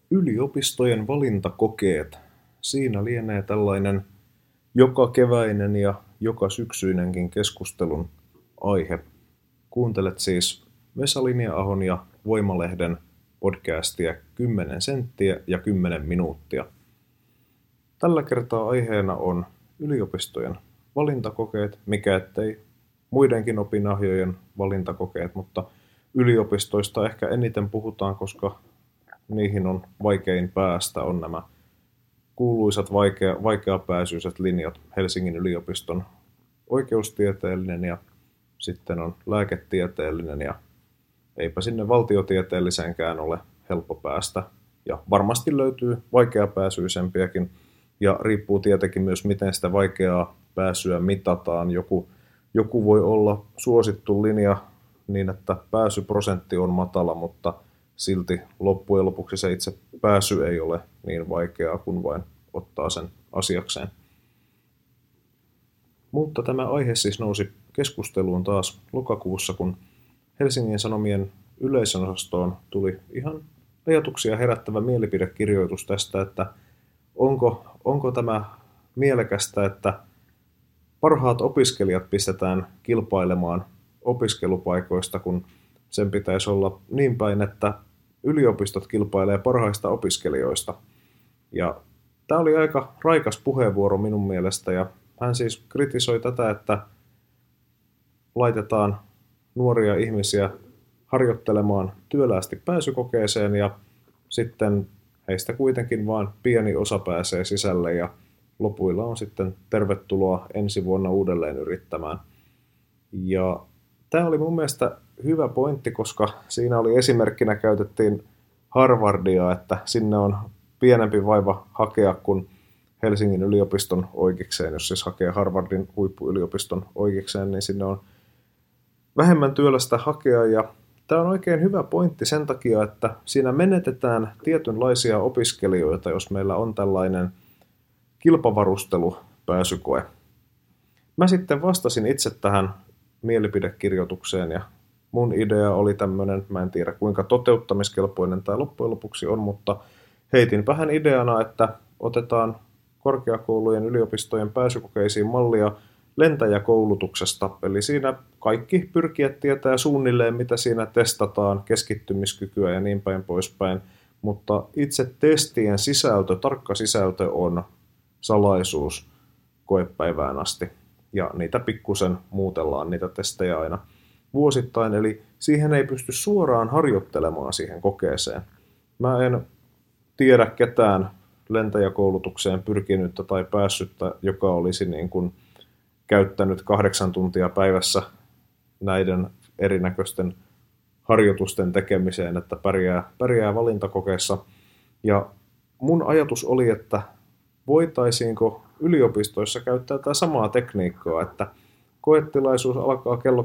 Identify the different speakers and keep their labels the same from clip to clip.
Speaker 1: Yliopistojen valintakokeet. Siinä lienee tällainen joka keväinen ja joka syksyinenkin keskustelun aihe. Kuuntelet siis Vesa Linja-ahon ja Voimalehden podcastia 10 senttiä ja 10 minuuttia. Tällä kertaa aiheena on yliopistojen valintakokeet, mikä ettei muidenkin opinahjojen valintakokeet, mutta yliopistoista ehkä eniten puhutaan, koska niihin on vaikein päästä, on nämä kuuluisat vaikeapääsyiset linjat, Helsingin yliopiston oikeustieteellinen ja sitten on lääketieteellinen ja eipä sinne valtiotieteelliseenkään ole helppo päästä. Ja varmasti löytyy vaikeapääsyisempiäkin ja riippuu tietenkin myös miten sitä vaikeaa pääsyä mitataan. Joku voi olla suosittu linja niin, että pääsyprosentti on matala, mutta silti loppujen lopuksi se itse pääsy ei ole niin vaikeaa, kun vain ottaa sen asiakseen. Mutta tämä aihe siis nousi keskusteluun taas lokakuussa, kun Helsingin Sanomien yleisönosastoon tuli ihan ajatuksia herättävä mielipidekirjoitus tästä, että onko tämä mielekästä, että parhaat opiskelijat pistetään kilpailemaan opiskelupaikoista, kun sen pitäisi olla niin päin, että yliopistot kilpailee parhaista opiskelijoista. Ja tämä oli aika raikas puheenvuoro minun mielestä, ja hän siis kritisoi tätä, että laitetaan nuoria ihmisiä harjoittelemaan työläästi pääsykokeeseen, ja sitten heistä kuitenkin vain pieni osa pääsee sisälle, ja lopuilla on sitten tervetuloa ensi vuonna uudelleen yrittämään. Ja tämä oli mun mielestä hyvä pointti, koska siinä oli esimerkkinä käytettiin Harvardia, että sinne on pienempi vaiva hakea kuin Helsingin yliopiston oikeikseen. Jos siis hakee Harvardin huippuyliopiston oikeikseen, niin sinne on vähemmän työlästä hakea. Ja tämä on oikein hyvä pointti sen takia, että siinä menetetään tietynlaisia opiskelijoita, jos meillä on tällainen kilpavarustelupääsykoe. Mä sitten vastasin itse tähän mielipidekirjoitukseen ja mun idea oli tämmöinen, mä en tiedä kuinka toteuttamiskelpoinen tämä loppujen lopuksi on, mutta heitin vähän ideana, että otetaan korkeakoulujen yliopistojen pääsykokeisiin mallia lentäjäkoulutuksesta, eli siinä kaikki pyrkijät tietää suunnilleen, mitä siinä testataan, keskittymiskykyä ja niin päin poispäin, mutta itse testien sisältö, tarkka sisältö on salaisuus koepäivään asti. Ja niitä pikkusen muutellaan, niitä testejä aina vuosittain, eli siihen ei pysty suoraan harjoittelemaan siihen kokeeseen. Mä en tiedä ketään lentäjäkoulutukseen pyrkinyttä tai päässyttä, joka olisi niin kuin käyttänyt 8 tuntia päivässä näiden erinäköisten harjoitusten tekemiseen, että pärjää valintakokeessa. Ja mun ajatus oli, että voitaisiinko yliopistoissa käyttää tätä samaa tekniikkaa, että koetilaisuus alkaa kello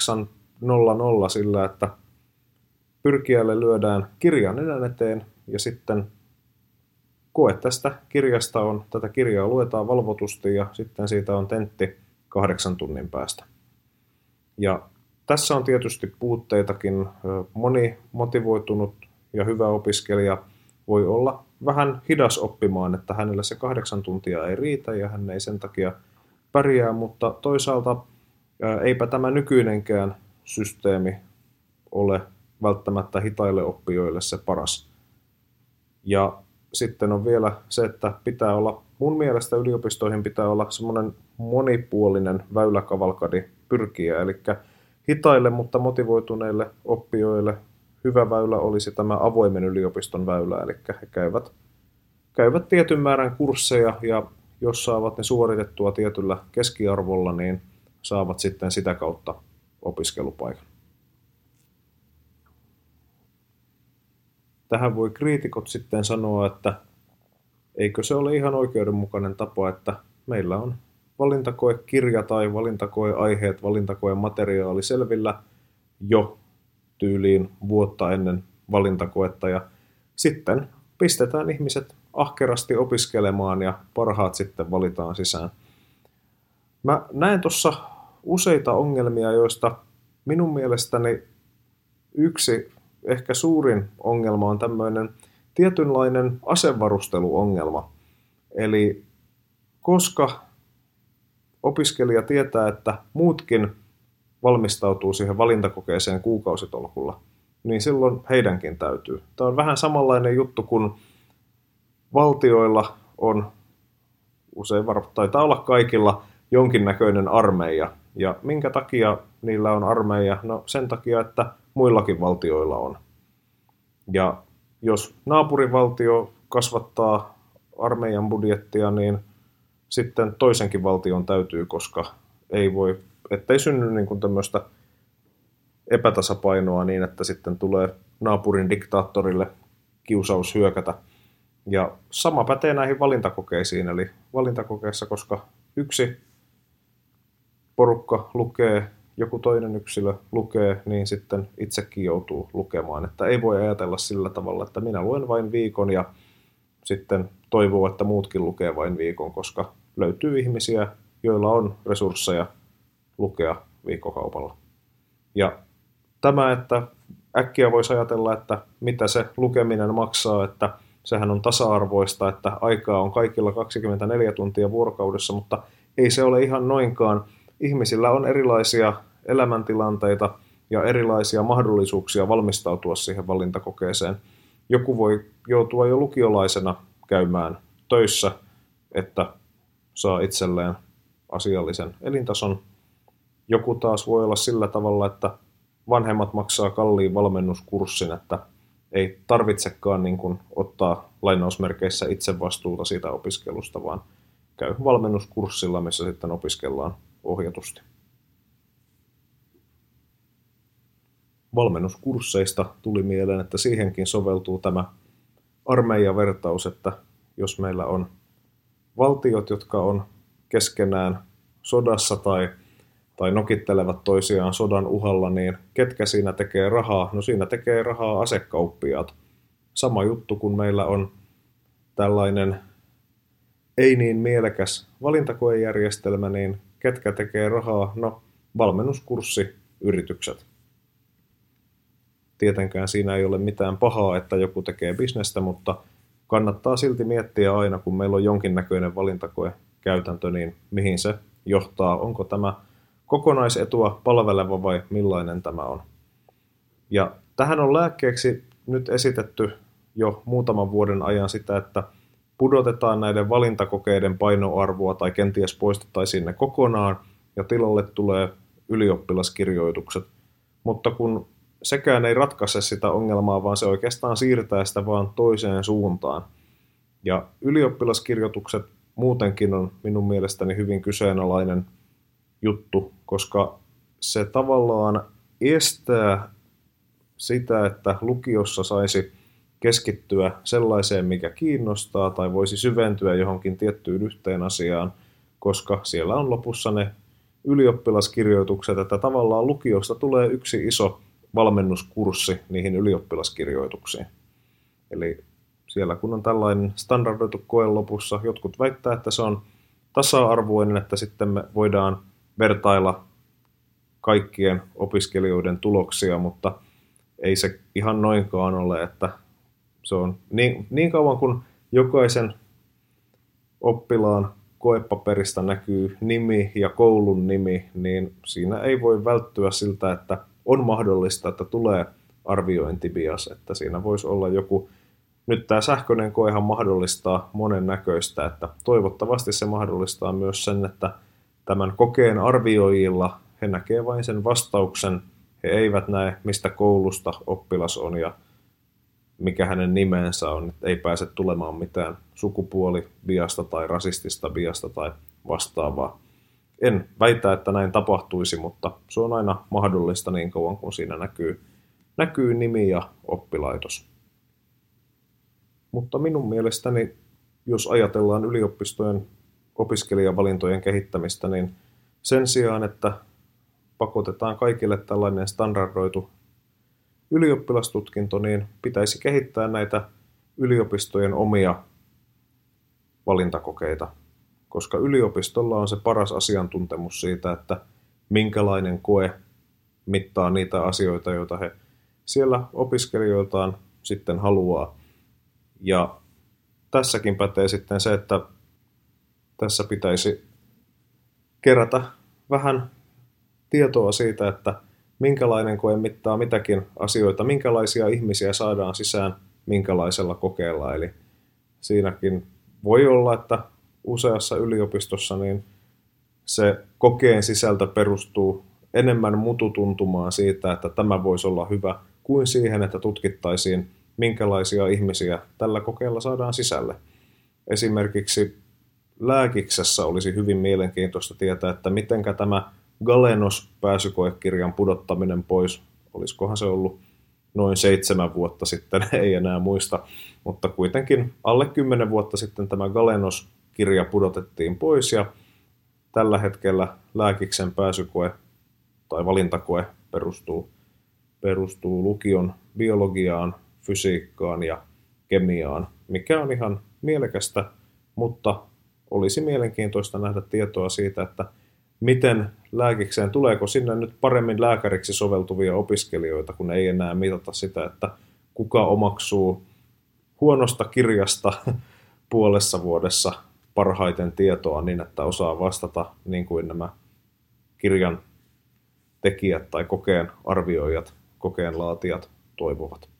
Speaker 1: 8.00 sillä, että pyrkijälle lyödään kirja nenän eteen ja sitten koe tästä kirjasta on, tätä kirjaa luetaan valvotusti ja sitten siitä on tentti 8 tunnin päästä. Ja tässä on tietysti puutteitakin. Moni motivoitunut ja hyvä opiskelija voi olla vähän hidas oppimaan, että hänelle se 8 tuntia ei riitä ja hän ei sen takia pärjää, mutta toisaalta eipä tämä nykyinenkään systeemi ole välttämättä hitaille oppijoille se paras. Ja sitten on vielä se, että pitää olla, mun mielestä yliopistoihin pitää olla semmoinen monipuolinen väyläkavalkadi pyrkiä, eli hitaille, mutta motivoituneille oppijoille hyvä väylä olisi tämä avoimen yliopiston väylä, eli he käyvät tietyn määrän kursseja ja jos saavat ne suoritettua tietyllä keskiarvolla, niin saavat sitten sitä kautta opiskelupaikan. Tähän voi kriitikot sitten sanoa, että eikö se ole ihan oikeudenmukainen tapa, että meillä on valintakoekirja tai valintakoeaiheet, valintakoemateriaali selvillä jo tyyliin vuotta ennen valintakoetta ja sitten pistetään ihmiset ahkerasti opiskelemaan ja parhaat sitten valitaan sisään. Mä näen tuossa useita ongelmia, joista minun mielestäni yksi ehkä suurin ongelma on tämmöinen tietynlainen asevarusteluongelma. Eli koska opiskelija tietää, että muutkin valmistautuu siihen valintakokeeseen kuukausitolkulla, niin silloin heidänkin täytyy. Tämä on vähän samanlainen juttu, kun valtioilla on usein taitaa olla kaikilla jonkinnäköinen armeija. Ja minkä takia niillä on armeija? No sen takia, että muillakin valtioilla on. Ja jos naapurivaltio kasvattaa armeijan budjettia, niin sitten toisenkin valtion täytyy, koska ettei synny niin kuin tämmöistä epätasapainoa niin, että sitten tulee naapurin diktaattorille kiusaus hyökätä. Ja sama pätee näihin valintakokeisiin, eli valintakokeessa, koska yksi porukka lukee, joku toinen yksilö lukee, niin sitten itsekin joutuu lukemaan. Että ei voi ajatella sillä tavalla, että minä luen vain viikon ja sitten toivoo, että muutkin lukee vain viikon, koska löytyy ihmisiä, joilla on resursseja lukea viikkokaupalla. Ja tämä, että äkkiä voisi ajatella, että mitä se lukeminen maksaa, että sehän on tasa-arvoista, että aikaa on kaikilla 24 tuntia vuorokaudessa, mutta ei se ole ihan noinkaan. Ihmisillä on erilaisia elämäntilanteita ja erilaisia mahdollisuuksia valmistautua siihen valintakokeeseen. Joku voi joutua jo lukiolaisena käymään töissä, että saa itselleen asiallisen elintason. Joku taas voi olla sillä tavalla, että vanhemmat maksaa kalliin valmennuskurssin, että ei tarvitsekaan niin kuin ottaa lainausmerkeissä itse vastuuta siitä opiskelusta, vaan käy valmennuskurssilla, missä sitten opiskellaan ohjatusti. Valmennuskursseista tuli mieleen, että siihenkin soveltuu tämä armeijavertaus, että jos meillä on valtiot, jotka on keskenään sodassa tai nokittelevat toisiaan sodan uhalla, niin ketkä siinä tekee rahaa? No siinä tekee rahaa asekauppiaat. Sama juttu, kun meillä on tällainen ei niin mielekäs valintakoejärjestelmä, niin ketkä tekee rahaa? No valmennuskurssiyritykset. Tietenkään siinä ei ole mitään pahaa, että joku tekee bisnestä, mutta kannattaa silti miettiä aina, kun meillä on jonkinnäköinen valintakoekäytäntö, niin mihin se johtaa. Onko tämä kokonaisetua palveleva vai millainen tämä on? Ja tähän on lääkkeeksi nyt esitetty jo muutaman vuoden ajan sitä, että pudotetaan näiden valintakokeiden painoarvoa tai kenties poistettaisiin ne kokonaan ja tilalle tulee ylioppilaskirjoitukset. Mutta kun sekään ei ratkaise sitä ongelmaa, vaan se oikeastaan siirtää sitä vaan toiseen suuntaan. Ja ylioppilaskirjoitukset muutenkin on minun mielestäni hyvin kyseenalainen juttu, koska se tavallaan estää sitä, että lukiossa saisi keskittyä sellaiseen, mikä kiinnostaa, tai voisi syventyä johonkin tiettyyn yhteen asiaan, koska siellä on lopussa ne ylioppilaskirjoitukset, että tavallaan lukiosta tulee yksi iso valmennuskurssi niihin ylioppilaskirjoituksiin. Eli siellä kun on tällainen standardoitu koe lopussa, jotkut väittää, että se on tasa-arvoinen, että sitten me voidaan vertailla kaikkien opiskelijoiden tuloksia, mutta ei se ihan noinkaan ole, että se on niin kauan kuin jokaisen oppilaan koepaperista näkyy nimi ja koulun nimi, niin siinä ei voi välttyä siltä, että on mahdollista, että tulee arviointibias, että siinä voisi olla joku. Nyt tämä sähköinen koehan mahdollistaa monennäköistä, että toivottavasti se mahdollistaa myös sen, että tämän kokeen arvioijilla he näkee vain sen vastauksen, he eivät näe mistä koulusta oppilas on ja mikä hänen nimensä on, ei pääse tulemaan mitään sukupuolibiasta tai rasistista biasta tai vastaavaa. En väitä, että näin tapahtuisi, mutta se on aina mahdollista niin kauan, kun siinä näkyy nimi ja oppilaitos. Mutta minun mielestäni, jos ajatellaan yliopistojen opiskelijavalintojen kehittämistä, niin sen sijaan, että pakotetaan kaikille tällainen standardoitu ylioppilastutkinto, niin pitäisi kehittää näitä yliopistojen omia valintakokeita, koska yliopistolla on se paras asiantuntemus siitä, että minkälainen koe mittaa niitä asioita, joita he siellä opiskelijoiltaan sitten haluaa. Ja tässäkin pätee sitten se, että tässä pitäisi kerätä vähän tietoa siitä, että minkälainen koe mittaa mitäkin asioita, minkälaisia ihmisiä saadaan sisään minkälaisella kokeella. Eli siinäkin voi olla, että useassa yliopistossa niin se kokeen sisältö perustuu enemmän mututuntumaan siitä, että tämä voisi olla hyvä, kuin siihen, että tutkittaisiin, minkälaisia ihmisiä tällä kokeella saadaan sisälle. Esimerkiksi lääkiksessä olisi hyvin mielenkiintoista tietää, että mitenkä tämä Galenos-pääsykoekirjan pudottaminen pois, olisikohan se ollut noin 7 vuotta sitten, ei enää muista, mutta kuitenkin alle 10 vuotta sitten tämä Galenos-kirja pudotettiin pois ja tällä hetkellä lääkiksen pääsykoe tai valintakoe perustuu lukion biologiaan, fysiikkaan ja kemiaan, mikä on ihan mielekästä, mutta olisi mielenkiintoista nähdä tietoa siitä, että miten lääkikseen, tuleeko sinne nyt paremmin lääkäriksi soveltuvia opiskelijoita, kun ei enää mitata sitä, että kuka omaksuu huonosta kirjasta puolessa vuodessa parhaiten tietoa niin, että osaa vastata niin kuin nämä kirjan tekijät tai kokeen arvioijat, kokeen laatijat toivovat.